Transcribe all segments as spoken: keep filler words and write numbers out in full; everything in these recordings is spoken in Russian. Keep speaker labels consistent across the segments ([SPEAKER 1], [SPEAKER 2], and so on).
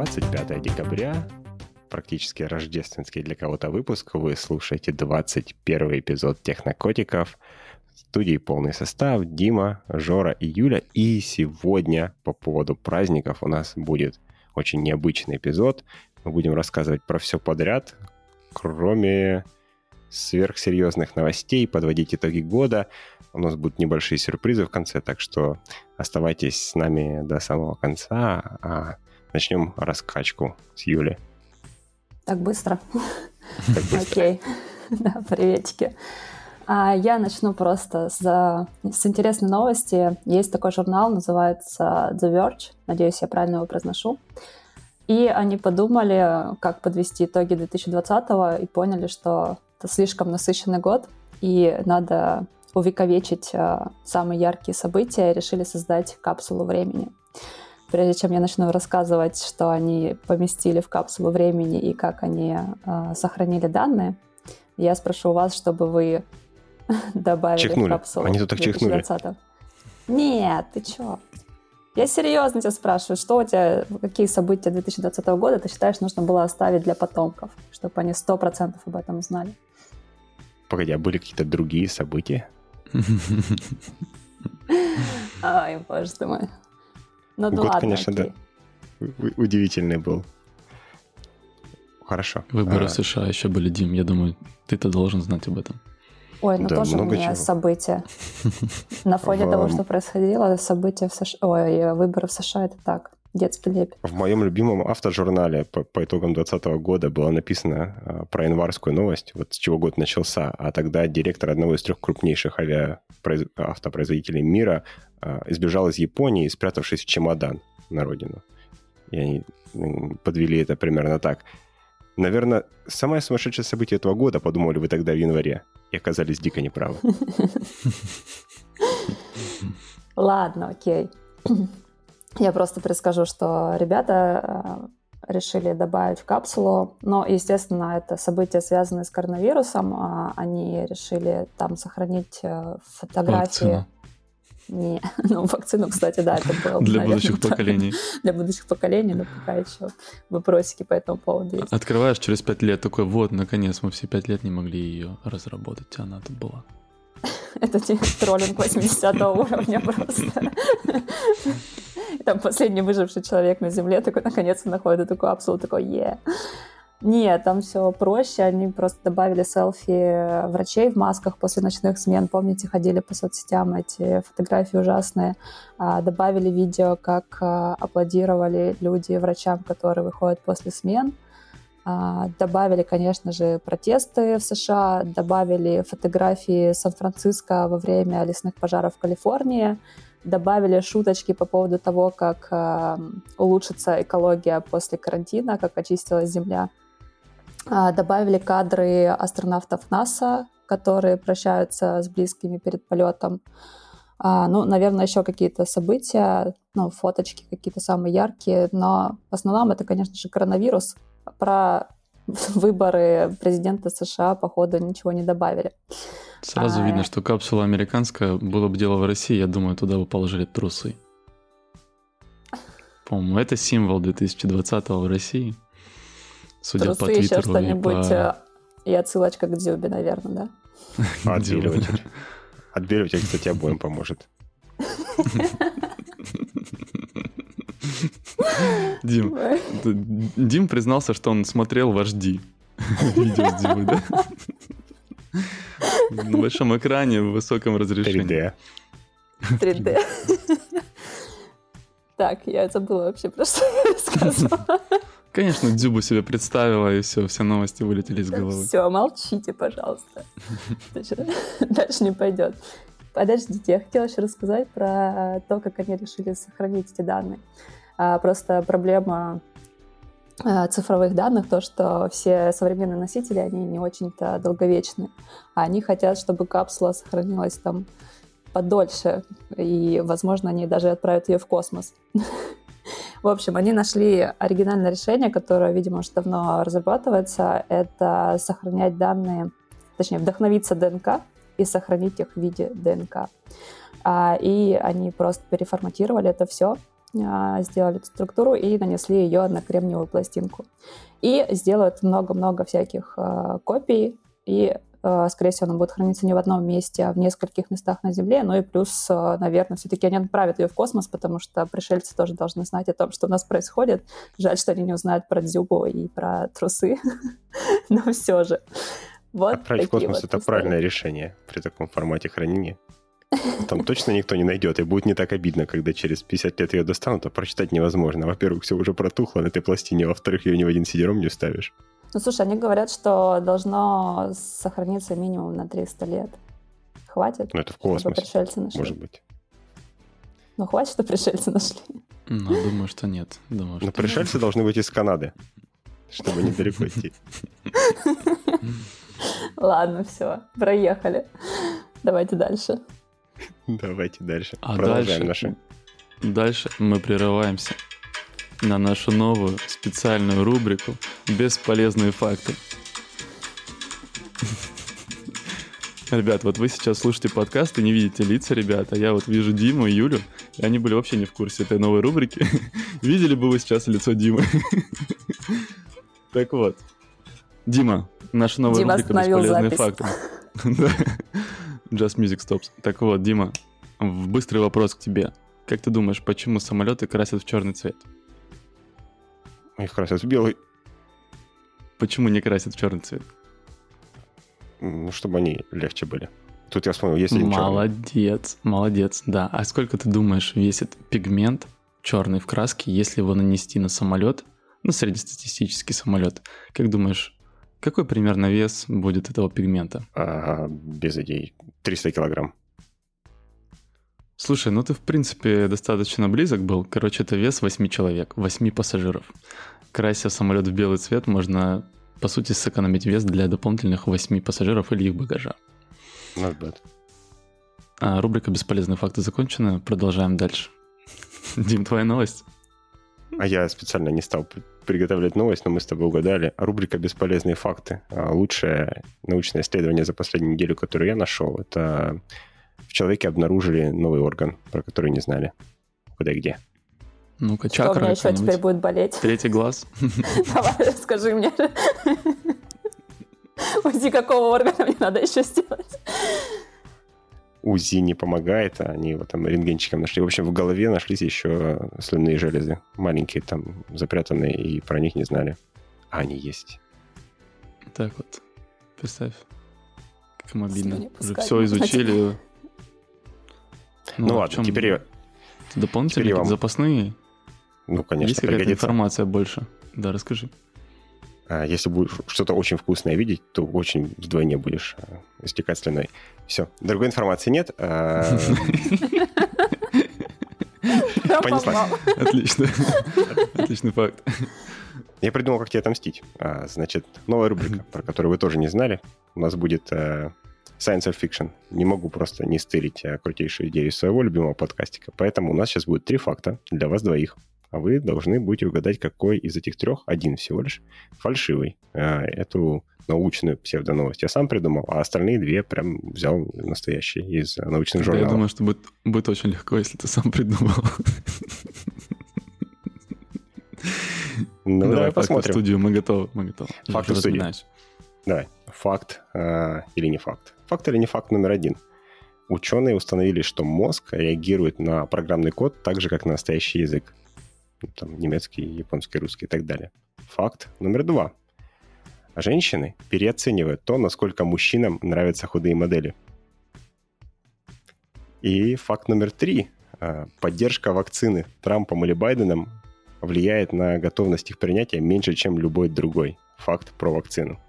[SPEAKER 1] двадцать пятое декабря, практически рождественский для кого-то выпуск. Вы слушаете двадцать первый эпизод «Технокотиков». В студии полный состав: Дима, Жора и Юля. И сегодня по поводу праздников у нас будет очень необычный эпизод. Мы будем рассказывать про все подряд, кроме сверхсерьезных новостей, подводить итоги года. У нас будут небольшие сюрпризы в конце, так что оставайтесь с нами до самого конца. А начнем раскачку с Юли.
[SPEAKER 2] Так быстро? Окей. Да, приветики. А я начну просто с, с интересной новости. Есть такой журнал, называется The Verge. Надеюсь, я правильно его произношу. И они подумали, как подвести итоги две тысячи двадцатого, и поняли, что это слишком насыщенный год, и надо увековечить а, самые яркие события, и решили создать капсулу времени. Прежде чем я начну рассказывать, что они поместили в капсулу времени и как они а, сохранили данные, я спрошу вас, чтобы вы добавили
[SPEAKER 1] чихнули.
[SPEAKER 2] В капсулу
[SPEAKER 1] Они тут так
[SPEAKER 2] две тысячи двадцатого. Нет, ты чё? Я серьезно тебя спрашиваю, что у тебя, какие события две тысячи двадцатого года ты считаешь, нужно было оставить для потомков, чтобы они сто процентов об этом знали?
[SPEAKER 1] Погоди, а были какие-то другие события?
[SPEAKER 2] Ай, боже ты мой. Ну да
[SPEAKER 1] Год,
[SPEAKER 2] ладно,
[SPEAKER 1] конечно,
[SPEAKER 2] окей.
[SPEAKER 1] да. У- Удивительный был. Хорошо.
[SPEAKER 3] Выборы
[SPEAKER 1] А,
[SPEAKER 3] в США еще были, Дим. Я думаю, ты-то должен знать об этом.
[SPEAKER 2] Ой, ну
[SPEAKER 1] Да,
[SPEAKER 2] тоже
[SPEAKER 1] много
[SPEAKER 2] мне
[SPEAKER 1] чего.
[SPEAKER 2] события. На фоне
[SPEAKER 1] В-
[SPEAKER 2] того, что происходило, события в США, ой, выборы в США, это так, детский лепет.
[SPEAKER 1] В моем любимом автожурнале по, по итогам двадцатого года было написано а, про январскую новость, вот с чего год начался. А тогда директор одного из трех крупнейших авиапроиз- автопроизводителей мира а, избежал из Японии, спрятавшись в чемодан на родину. И они м, подвели это примерно так. Наверное, самое сумасшедшее событие этого года, подумали вы тогда в январе, и оказались дико неправы.
[SPEAKER 2] Ладно, окей. Я просто перескажу, что ребята э, решили добавить в капсулу, но, естественно, это события, связанные с коронавирусом. а Они решили там сохранить э, фотографии.
[SPEAKER 3] Вакцину.
[SPEAKER 2] Не, ну, вакцину, кстати, да, это было.
[SPEAKER 3] Для
[SPEAKER 2] наверное,
[SPEAKER 3] будущих
[SPEAKER 2] правильно.
[SPEAKER 3] поколений.
[SPEAKER 2] Для будущих поколений, но пока еще вопросики по этому поводу есть.
[SPEAKER 3] Открываешь через пять лет, такой, вот, наконец, мы все пять лет не могли ее разработать, а она тут была.
[SPEAKER 2] Это троллинг восьмидесятого уровня просто. Там последний выживший человек на Земле такой, наконец-то находит эту капсулу, такой, е. Нет, там все проще, они просто добавили селфи врачей в масках после ночных смен, помните, ходили по соцсетям, эти фотографии ужасные, добавили видео, как аплодировали люди врачам, которые выходят после смен, добавили, конечно же, протесты в США, добавили фотографии Сан-Франциско во время лесных пожаров в Калифорнии, добавили шуточки по поводу того, как э, улучшится экология после карантина, как очистилась Земля. А, добавили кадры астронавтов НАСА, которые прощаются с близкими перед полетом. А, ну, наверное, еще какие-то события, ну, фоточки какие-то самые яркие, но в основном это, конечно же, коронавирус. Про выборы президента США, походу, ничего не добавили.
[SPEAKER 3] Сразу
[SPEAKER 2] А,
[SPEAKER 3] видно, что капсула американская, было бы дело в России, я думаю, туда бы положили трусы. По-моему, это символ две тысячи двадцатого в России. Судя
[SPEAKER 2] трусы,
[SPEAKER 3] по Твиттеру
[SPEAKER 2] еще
[SPEAKER 3] и
[SPEAKER 2] что-нибудь,
[SPEAKER 3] по...
[SPEAKER 2] и отсылочка к Дзюбе, наверное, да?
[SPEAKER 1] Отбеливатель. Отбеливатель, кстати, обоим поможет.
[SPEAKER 3] Дим, Дим признался, что он смотрел в эйч ди видео с Димой, да? На большом экране в высоком разрешении.
[SPEAKER 1] три дэ.
[SPEAKER 2] три дэ. Так, я забыла вообще, про что я рассказывала.
[SPEAKER 3] Конечно, Дзюбу себе представила, и все, все новости вылетели из головы.
[SPEAKER 2] Все, молчите, пожалуйста. Дальше не пойдет. Подождите, я хотела еще рассказать про то, как они решили сохранить эти данные. Просто проблема цифровых данных, то, что все современные носители, они не очень-то долговечны. А они хотят, чтобы капсула сохранилась там подольше, и, возможно, они даже отправят ее в космос. В общем, они нашли оригинальное решение, которое, видимо, уже давно разрабатывается. Это сохранять данные, точнее, вдохновиться ДНК и сохранить их в виде ДНК. И они просто переформатировали это все. а, сделали эту структуру и нанесли ее на кремниевую пластинку. И сделают много-много всяких а, копий, и, а, скорее всего, она будет храниться не в одном месте, а в нескольких местах на Земле. Ну и плюс, а, наверное, все-таки они отправят ее в космос, потому что пришельцы тоже должны знать о том, что у нас происходит. Жаль, что они не узнают про Дзюбу и про трусы, но все же. Вот
[SPEAKER 1] Отправить в
[SPEAKER 2] такие
[SPEAKER 1] космос
[SPEAKER 2] вот
[SPEAKER 1] — это
[SPEAKER 2] истории.
[SPEAKER 1] правильное решение при таком формате хранения. Там точно никто не найдет, и будет не так обидно, когда через пятьдесят лет ее достанут, а прочитать невозможно. Во-первых, все уже протухло на этой пластине, а во-вторых, ее ни в один сидером не вставишь.
[SPEAKER 2] Ну, слушай, они говорят, что должно сохраниться минимум на триста лет. Хватит,
[SPEAKER 1] Ну, это в
[SPEAKER 2] чтобы
[SPEAKER 1] космосе,
[SPEAKER 2] пришельцы нашли?
[SPEAKER 1] может быть.
[SPEAKER 2] Ну, хватит, что пришельцы нашли.
[SPEAKER 3] Ну, думаю, что нет. Думаю,
[SPEAKER 1] Но
[SPEAKER 3] что
[SPEAKER 1] пришельцы должны быть из Канады, чтобы недалеко идти.
[SPEAKER 2] Ладно, все, проехали. Давайте дальше.
[SPEAKER 1] Давайте дальше.
[SPEAKER 3] А
[SPEAKER 1] Продолжаем
[SPEAKER 3] дальше,
[SPEAKER 1] наши.
[SPEAKER 3] дальше мы прерываемся на нашу новую специальную рубрику «Бесполезные факты». Ребят, вот вы сейчас слушаете подкаст и не видите лица ребят, а я вот вижу Диму и Юлю, и они были вообще не в курсе этой новой рубрики. Видели бы вы сейчас лицо Димы? Так вот, Дима, наша новая
[SPEAKER 2] Дима
[SPEAKER 3] рубрика
[SPEAKER 2] остановил
[SPEAKER 3] «Бесполезные
[SPEAKER 2] запись.
[SPEAKER 3] факты». Да. Just Music Stops. Так вот, Дима, в- быстрый вопрос к тебе. Как ты думаешь, почему самолеты красят в черный цвет?
[SPEAKER 1] Их красят в белый,
[SPEAKER 3] Почему не красят в черный цвет?
[SPEAKER 1] ну, чтобы они легче были. Тут я вспомнил, есть один черный.
[SPEAKER 3] Молодец, молодец, да. А сколько ты думаешь весит пигмент черный в краске, если его нанести на самолет, ну, среднестатистический самолет? Как думаешь, какой примерно вес будет этого пигмента?
[SPEAKER 1] А, без идей. триста килограмм.
[SPEAKER 3] Слушай, ну ты, в принципе, достаточно близок был. Короче, это вес восьми человек, восьми пассажиров. Крася самолет в белый цвет, можно, по сути, сэкономить вес для дополнительных восьми пассажиров или их багажа.
[SPEAKER 1] Not bad.
[SPEAKER 3] А, рубрика «Бесполезные факты» закончена. Продолжаем дальше. Дим, твоя новость?
[SPEAKER 1] А я специально не стал при- приготовлять новость, но мы с тобой угадали. Рубрика «Бесполезные факты». А Лучшее научное исследование за последнюю неделю, которое я нашел, это в человеке обнаружили новый орган, про который не знали. Куда и где.
[SPEAKER 3] Ну-ка,
[SPEAKER 2] Что у
[SPEAKER 3] чакра
[SPEAKER 2] меня еще
[SPEAKER 3] какая-нибудь?
[SPEAKER 2] теперь будет болеть?
[SPEAKER 3] Третий глаз?
[SPEAKER 2] Давай, скажи мне. УЗИ какого органа мне надо еще сделать?
[SPEAKER 1] УЗИ не помогает, а они его там рентгенчиком нашли. В общем, в голове нашлись еще слюнные железы. Маленькие там, запрятанные, и про них не знали. А они есть.
[SPEAKER 3] Так вот, представь, как им обидно.
[SPEAKER 2] Слюни
[SPEAKER 3] Уже
[SPEAKER 2] пускать
[SPEAKER 3] все
[SPEAKER 2] можно
[SPEAKER 3] изучили.
[SPEAKER 1] Ну,
[SPEAKER 3] а в
[SPEAKER 1] ладно,
[SPEAKER 3] чем
[SPEAKER 1] теперь я...
[SPEAKER 3] дополнительные
[SPEAKER 1] теперь я вам-
[SPEAKER 3] какие-то запасные?
[SPEAKER 1] Ну, конечно,
[SPEAKER 3] Есть какая-то
[SPEAKER 1] пригодится.
[SPEAKER 3] информация больше? Да, расскажи.
[SPEAKER 1] А Если будешь что-то очень вкусное видеть, то очень вдвойне будешь а, истекать слюной. Все. Другой информации нет. А, Понеслась.
[SPEAKER 3] Отлично. Отличный факт.
[SPEAKER 1] Я придумал, как тебе отомстить. А, Значит, новая рубрика, про которую вы тоже не знали. У нас будет э, Science or Fiction. Не могу просто не стырить э, крутейшую идею из своего любимого подкастика. Поэтому у нас сейчас будет три факта для вас двоих. А вы должны будете угадать, какой из этих трех, один всего лишь, фальшивый. Э, Эту научную псевдоновость я сам придумал, а остальные две прям взял настоящие из э, научных
[SPEAKER 3] Да, я
[SPEAKER 1] журналов.
[SPEAKER 3] думаю, что будет, будет очень легко, если ты сам придумал.
[SPEAKER 1] Ну, давай
[SPEAKER 3] Давай факты в
[SPEAKER 1] посмотрим.
[SPEAKER 3] студию, мы готовы, мы готовы. Я
[SPEAKER 1] Факты
[SPEAKER 3] уже
[SPEAKER 1] в студию.
[SPEAKER 3] разминаюсь.
[SPEAKER 1] Давай. Факт э, или не факт? Факт или не факт номер один? Ученые установили, что мозг реагирует на программный код так же, как на настоящий язык. Там, немецкий, японский, русский и так далее. Факт номер два. Женщины переоценивают то, насколько мужчинам нравятся худые модели. И факт номер три. Э, Поддержка вакцины Трампом или Байденом влияет на готовность их принятия меньше, чем любой другой. Факт про вакцину.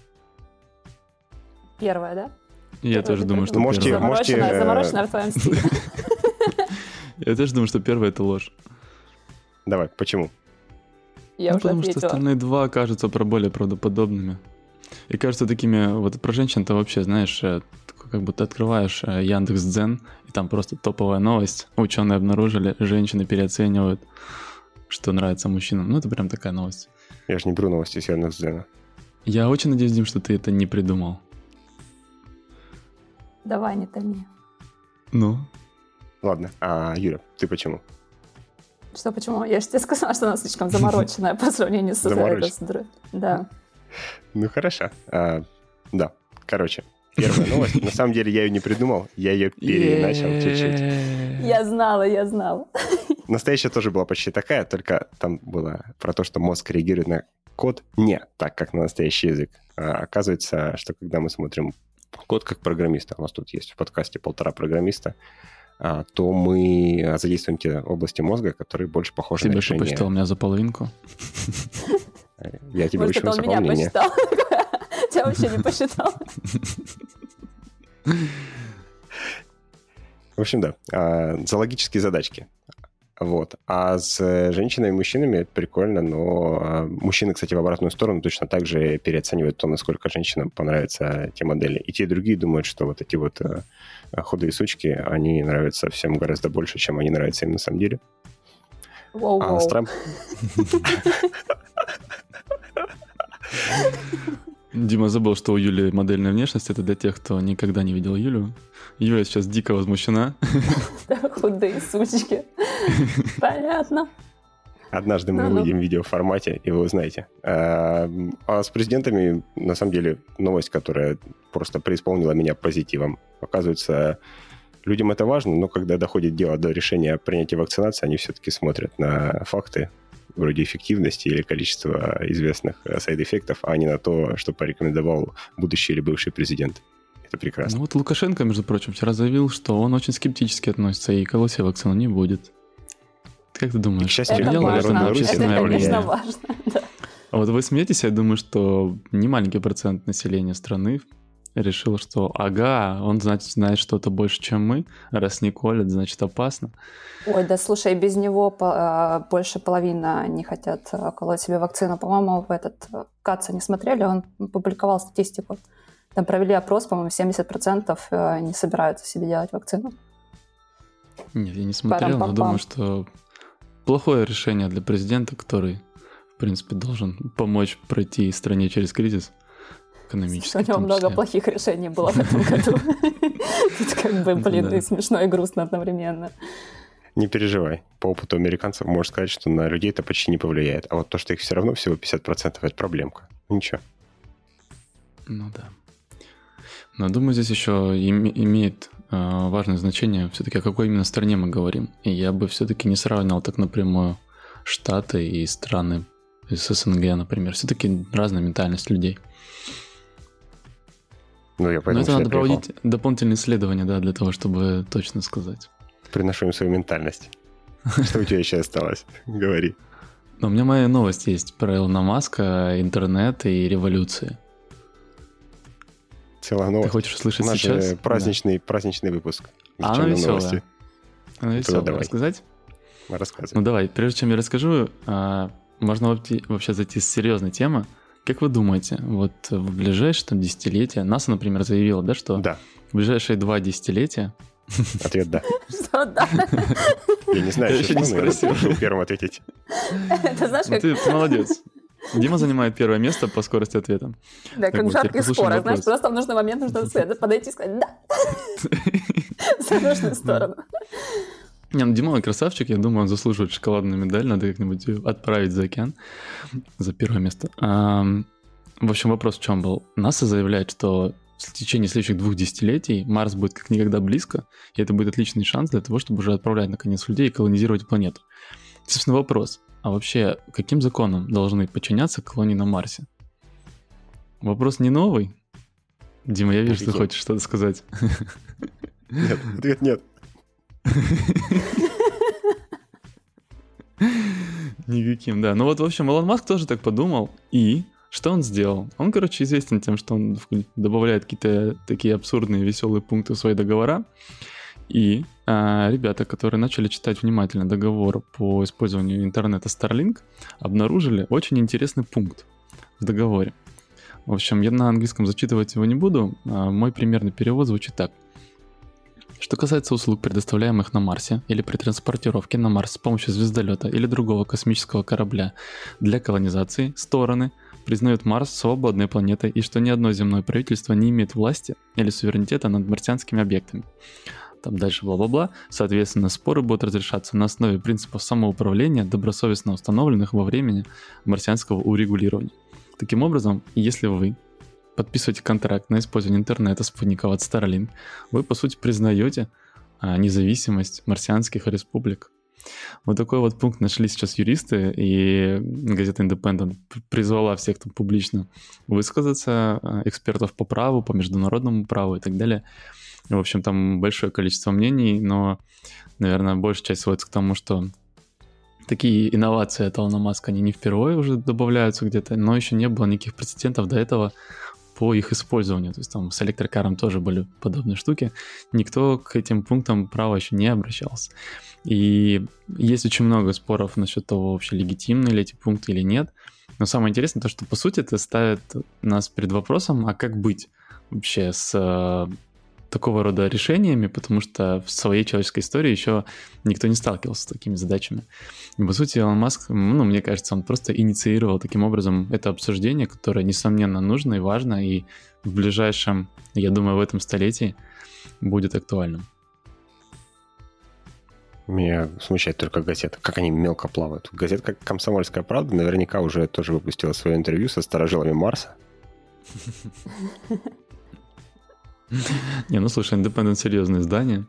[SPEAKER 2] Первое, да?
[SPEAKER 3] Я тоже думаю, что
[SPEAKER 1] Ну, можете-
[SPEAKER 3] первое.
[SPEAKER 1] можете,
[SPEAKER 2] Замороченное,
[SPEAKER 1] э,
[SPEAKER 2] замороченное в твоем стиле.
[SPEAKER 3] Я тоже думаю, что первое — это ложь.
[SPEAKER 1] Давай, почему?
[SPEAKER 2] Я
[SPEAKER 3] Ну,
[SPEAKER 2] уже
[SPEAKER 3] потому что
[SPEAKER 2] ответила.
[SPEAKER 3] остальные два кажутся про более правдоподобными. И кажется такими... Вот про женщин-то вообще, знаешь, э, такой, как будто открываешь э, Яндекс.Дзен, и там просто топовая новость. Ученые обнаружили, женщины переоценивают, что нравится мужчинам. Ну, это прям такая новость.
[SPEAKER 1] Я же не беру новости с Яндекс.Дзена.
[SPEAKER 3] Я очень надеюсь, Дим, что ты это не придумал.
[SPEAKER 2] Давай, не томи.
[SPEAKER 3] Ну?
[SPEAKER 1] Ладно, а Юля, ты почему?
[SPEAKER 2] Что, почему? Я же тебе сказала, что она слишком замороченная по сравнению с...
[SPEAKER 1] Замороченная?
[SPEAKER 2] Да.
[SPEAKER 1] Ну, хорошо. А, да, короче, первая новость. На самом деле я ее не придумал, я ее переначал чуть-чуть.
[SPEAKER 2] Я знала, я знала.
[SPEAKER 1] Настоящая тоже была почти такая, только там было про то, что мозг реагирует на код не так, как на настоящий язык. А оказывается, что когда мы смотрим код как программиста, у нас тут есть в подкасте полтора программиста, то мы задействуем те области мозга, которые больше похожи
[SPEAKER 3] Тебе
[SPEAKER 1] на решение.
[SPEAKER 3] Ты бы посчитал меня за половинку?
[SPEAKER 1] Я тебе
[SPEAKER 2] Может,
[SPEAKER 1] учу
[SPEAKER 2] это он меня
[SPEAKER 1] заполнение.
[SPEAKER 2] посчитал. Тебя вообще не посчитал.
[SPEAKER 1] В общем, да, за логические задачки. Вот. А с женщинами и мужчинами это прикольно, но мужчины, кстати, в обратную сторону точно так же переоценивают то, насколько женщинам понравятся те модели. И те, и другие думают, что вот эти вот худые сучки, они нравятся всем гораздо больше, чем они нравятся им на самом деле.
[SPEAKER 2] Воу-воу.
[SPEAKER 1] А с Трамп...
[SPEAKER 3] Дима забыл, что у Юли модельная внешность. Это для тех, кто никогда не видел Юлю. Юля сейчас дико возмущена.
[SPEAKER 2] Худые сучки. Понятно.
[SPEAKER 1] Однажды мы
[SPEAKER 2] Ну-ну.
[SPEAKER 1] выйдем в видеоформате, и вы узнаете. А, а с президентами, на самом деле, новость, которая просто преисполнила меня позитивом. Оказывается, людям это важно, но когда доходит дело до решения принятия вакцинации, они все-таки смотрят на факты, вроде эффективности или количества известных сайд-эффектов, а не на то, что порекомендовал будущий или бывший президент. Это прекрасно.
[SPEAKER 3] Ну вот Лукашенко, между прочим, вчера заявил, что он очень скептически относится и колоть себе вакцину не будет. Как ты думаешь,
[SPEAKER 1] К счастью,
[SPEAKER 2] Это
[SPEAKER 3] влияло
[SPEAKER 1] Народная
[SPEAKER 3] это на
[SPEAKER 2] важно.
[SPEAKER 1] Беларусь
[SPEAKER 2] Это,
[SPEAKER 3] общественное
[SPEAKER 1] влияет.
[SPEAKER 2] конечно,
[SPEAKER 3] мнение?
[SPEAKER 2] важно. Да.
[SPEAKER 3] А вот вы смеетесь, я думаю, что немаленький процент населения страны решил, что ага, он, значит, знает что-то больше, чем мы, раз не колет, значит, опасно.
[SPEAKER 2] Ой, да слушай, без него по- а, больше половины не хотят а, колоть себе вакцину. По-моему, в этот а, Каца не смотрели, он публиковал статистику. Там провели опрос, по-моему, семьдесят процентов а, не собираются себе делать вакцину.
[SPEAKER 3] Нет, я не смотрел, но
[SPEAKER 2] Парам-пам-пам.
[SPEAKER 3] думаю, что плохое решение для президента, который, в принципе, должен помочь пройти стране через кризис экономический.
[SPEAKER 2] У
[SPEAKER 3] в
[SPEAKER 2] него
[SPEAKER 3] том
[SPEAKER 2] много
[SPEAKER 3] числе.
[SPEAKER 2] плохих решений было в этом году. Тут как бы, блин,
[SPEAKER 3] Да.
[SPEAKER 2] и смешно, и грустно одновременно.
[SPEAKER 1] Не переживай. По опыту американцев можно сказать, что на людей это почти не повлияет. А вот то, что их все равно всего пятьдесят процентов, это проблемка. Ничего.
[SPEAKER 3] Ну да. Но думаю, здесь еще име- имеет э, важное значение все-таки, о какой именно стране мы говорим. И я бы все-таки не сравнивал так напрямую Штаты и страны из СНГ, например. Все-таки разная ментальность людей.
[SPEAKER 1] Ну, я
[SPEAKER 3] Но
[SPEAKER 1] поэтому
[SPEAKER 3] это
[SPEAKER 1] сюда
[SPEAKER 3] надо
[SPEAKER 1] приехал.
[SPEAKER 3] проводить дополнительные исследования, да, для того, чтобы точно сказать.
[SPEAKER 1] Приношу им свою ментальность. Что у тебя еще осталось? Говори.
[SPEAKER 3] Но у меня моя новость есть про Илона Маска, интернет и революции.
[SPEAKER 1] Целая
[SPEAKER 3] Ты
[SPEAKER 1] новость.
[SPEAKER 3] хочешь услышать
[SPEAKER 1] У нас
[SPEAKER 3] сейчас?
[SPEAKER 1] же праздничный, праздничный выпуск.
[SPEAKER 3] Да. А,
[SPEAKER 1] Зачем
[SPEAKER 3] ну
[SPEAKER 1] нам
[SPEAKER 3] веселая.
[SPEAKER 1] новости?
[SPEAKER 3] Ну, веселая.
[SPEAKER 1] давай.
[SPEAKER 3] Рассказать?
[SPEAKER 1] Рассказывай.
[SPEAKER 3] Ну давай, прежде чем я расскажу, а, можно вообще вообще зайти с серьезной темы. Как вы думаете, вот в ближайшие там, десятилетия, НАСА, например, заявила, да, что
[SPEAKER 1] Да,
[SPEAKER 3] в ближайшие два десятилетия...
[SPEAKER 1] ответ да.
[SPEAKER 2] Что, да?
[SPEAKER 1] Я не знаю,
[SPEAKER 3] Я
[SPEAKER 1] что
[SPEAKER 3] еще не
[SPEAKER 1] но я
[SPEAKER 3] спросил.
[SPEAKER 1] решил первым ответить.
[SPEAKER 2] Это знаешь,
[SPEAKER 3] Ну,
[SPEAKER 2] как,
[SPEAKER 3] ты, ты молодец. Дима занимает первое место по скорости ответа.
[SPEAKER 2] да,
[SPEAKER 3] Так
[SPEAKER 2] как
[SPEAKER 3] вот,
[SPEAKER 2] в жарких
[SPEAKER 3] теперь послушаем
[SPEAKER 2] спорах, знаешь,
[SPEAKER 3] вопрос.
[SPEAKER 2] просто в нужный момент нужно сказать, подойти и сказать «да» в нужную сторону.
[SPEAKER 3] Не, ну Дима красавчик, я думаю, он заслуживает шоколадную медаль, надо как-нибудь ее отправить за океан за первое место. Ам, в общем, вопрос в чем был? НАСА заявляет, что в течение следующих двух десятилетий Марс будет как никогда близко, и это будет отличный шанс для того, чтобы уже отправлять наконец людей и колонизировать планету. Собственно, вопрос. А вообще, каким законам должны подчиняться колонии на Марсе? Вопрос не новый. Дима, я вижу, что ты
[SPEAKER 1] Каким?
[SPEAKER 3] хочешь что-то сказать.
[SPEAKER 1] Нет, ответ нет.
[SPEAKER 3] Никаким, да. Ну вот, в общем, Илон Маск тоже так подумал, и что он сделал? Он, короче, известен тем, что он добавляет какие-то такие абсурдные веселые пункты в свои договора, и а, ребята, которые начали читать внимательно договор по использованию интернета Starlink, обнаружили очень интересный пункт в договоре. В общем, я на английском зачитывать его не буду, а мой примерный перевод звучит так. Что касается услуг, предоставляемых на Марсе или при транспортировке на Марс с помощью звездолета или другого космического корабля для колонизации, стороны признают Марс свободной планетой и что ни одно земное правительство не имеет власти или суверенитета над марсианскими объектами. там дальше бла-бла-бла. Соответственно, споры будут разрешаться на основе принципов самоуправления, добросовестно установленных во времени марсианского урегулирования. Таким образом, если вы подписываете контракт на использование интернета спутников от Starlink, вы, по сути, признаете а, независимость марсианских республик. Вот такой вот пункт нашли сейчас юристы, и газета Independent призвала всех там публично высказаться, экспертов по праву, по международному праву и так далее. В общем, там большое количество мнений, но, наверное, большая часть сводится к тому, что такие инновации от Илона Маска, они не впервые уже добавляются где-то, но еще не было никаких прецедентов до этого по их использованию. То есть там с электрокаром тоже были подобные штуки. Никто к этим пунктам права еще не обращался. И есть очень много споров насчет того, вообще легитимны ли эти пункты или нет. Но самое интересное то, что по сути это ставит нас перед вопросом, а как быть вообще с э, такого рода решениями, потому что в своей человеческой истории еще никто не сталкивался с такими задачами. И по сути Илон Маск, ну, мне кажется, он просто инициировал таким образом это обсуждение, которое, несомненно, нужно и важно, и в ближайшем, я думаю, в этом столетии будет актуальным.
[SPEAKER 1] Меня смущает только газета. Как они мелко плавают. Газета «Комсомольская правда» наверняка уже тоже выпустила свое интервью со старожилами Марса.
[SPEAKER 3] Не, ну слушай, Independent серьезное издание.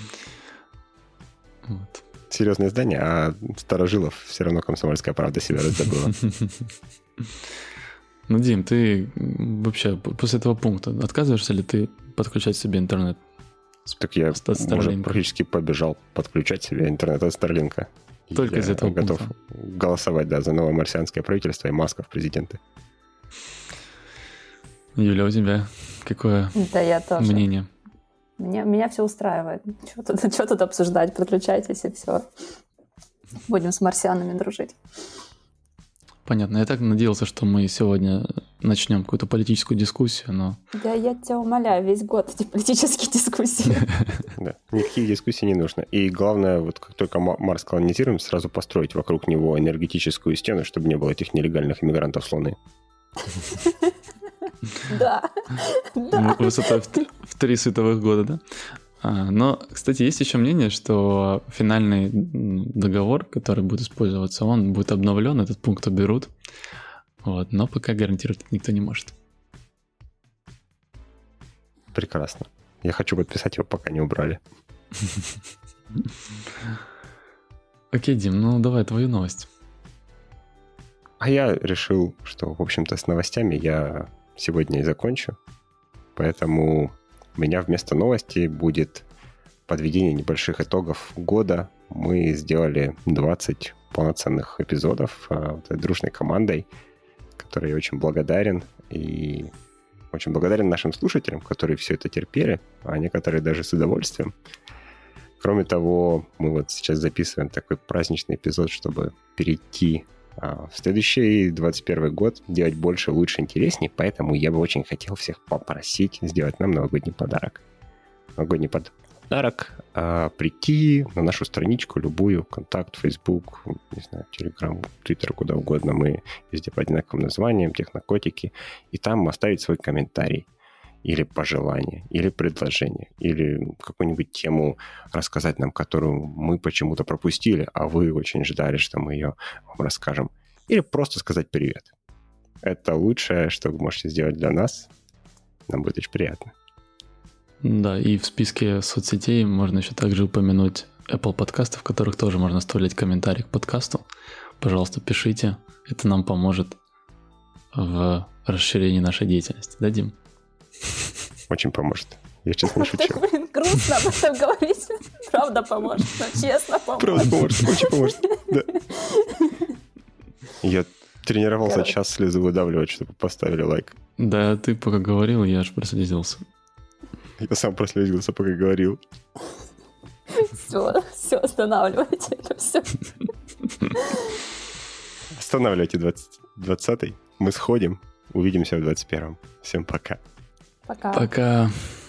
[SPEAKER 1] Вот. Серьезное издание, а старожилов все равно «Комсомольская правда» себя раздобыла.
[SPEAKER 3] Ну, Дим, ты вообще после этого пункта отказываешься ли ты подключать себе интернет?
[SPEAKER 1] Так я уже практически побежал подключать себе интернет от Старлинка.
[SPEAKER 3] Только из этого
[SPEAKER 1] готов
[SPEAKER 3] пункта.
[SPEAKER 1] Голосовать, да, за новое марсианское правительство и Маска в президенты.
[SPEAKER 3] Юля, у тебя какое
[SPEAKER 2] да, я тоже.
[SPEAKER 3] мнение?
[SPEAKER 2] Меня, меня все устраивает. Что тут, что тут обсуждать? Подключайтесь и все. Будем с марсианами дружить.
[SPEAKER 3] Понятно. Я так надеялся, что мы сегодня начнем какую-то политическую дискуссию, но...
[SPEAKER 2] Да я тебя умоляю, весь год эти политические дискуссии.
[SPEAKER 1] Да, никаких дискуссий не нужно. И главное, вот как только Марс колонизируем, сразу построить вокруг него энергетическую стену, чтобы не было этих нелегальных иммигрантов с Луны.
[SPEAKER 2] Да.
[SPEAKER 3] Высотой в три световых года, да? Но, кстати, есть еще мнение, что финальный договор, который будет использоваться, он будет обновлен, этот пункт уберут. Вот, но пока гарантировать это никто не может.
[SPEAKER 1] Прекрасно. Я хочу подписать его, пока не убрали.
[SPEAKER 3] Окей, Дим, ну давай твою новость.
[SPEAKER 1] А я решил, что, в общем-то, с новостями я сегодня и закончу. Поэтому у меня вместо новости будет подведение небольших итогов года. Мы сделали двадцать полноценных эпизодов вот этой дружной командой, которой я очень благодарен. И очень благодарен нашим слушателям, которые все это терпели, а некоторые даже с удовольствием. Кроме того, мы вот сейчас записываем такой праздничный эпизод, чтобы перейти в следующий двадцать первый год делать больше, лучше, интереснее, поэтому я бы очень хотел всех попросить сделать нам новогодний подарок. Новогодний подарок а, прийти на нашу страничку, любую, контакт, Facebook, не знаю, Telegram, Twitter, куда угодно, мы везде по одинаковым названиям, технокотики, и там оставить свой комментарий, или пожелание, или предложение, или какую-нибудь тему рассказать нам, которую мы почему-то пропустили, а вы очень ждали, что мы ее вам расскажем. Или просто сказать привет. Это лучшее, что вы можете сделать для нас. Нам будет очень приятно.
[SPEAKER 3] Да, и в списке соцсетей можно еще также упомянуть Apple подкасты, в которых тоже можно оставлять комментарий к подкасту. Пожалуйста, пишите. Это нам поможет в расширении нашей деятельности. Да, Дим?
[SPEAKER 1] Очень поможет. Я честно не шучу.
[SPEAKER 2] Так, блин, грустно об этом говорить. Правда поможет, но честно поможет.
[SPEAKER 1] Правда поможет, очень поможет. Да. Я тренировался
[SPEAKER 2] Короче.
[SPEAKER 1] час слезы выдавливать, чтобы поставили лайк.
[SPEAKER 3] Да, ты пока говорил, я аж прослезился.
[SPEAKER 1] Я сам прослезился, пока говорил.
[SPEAKER 2] Все, все, останавливайте это все.
[SPEAKER 1] Останавливайте двадцатый. Мы сходим. Увидимся в двадцать первом. Всем пока.
[SPEAKER 2] Пока.
[SPEAKER 3] Пока.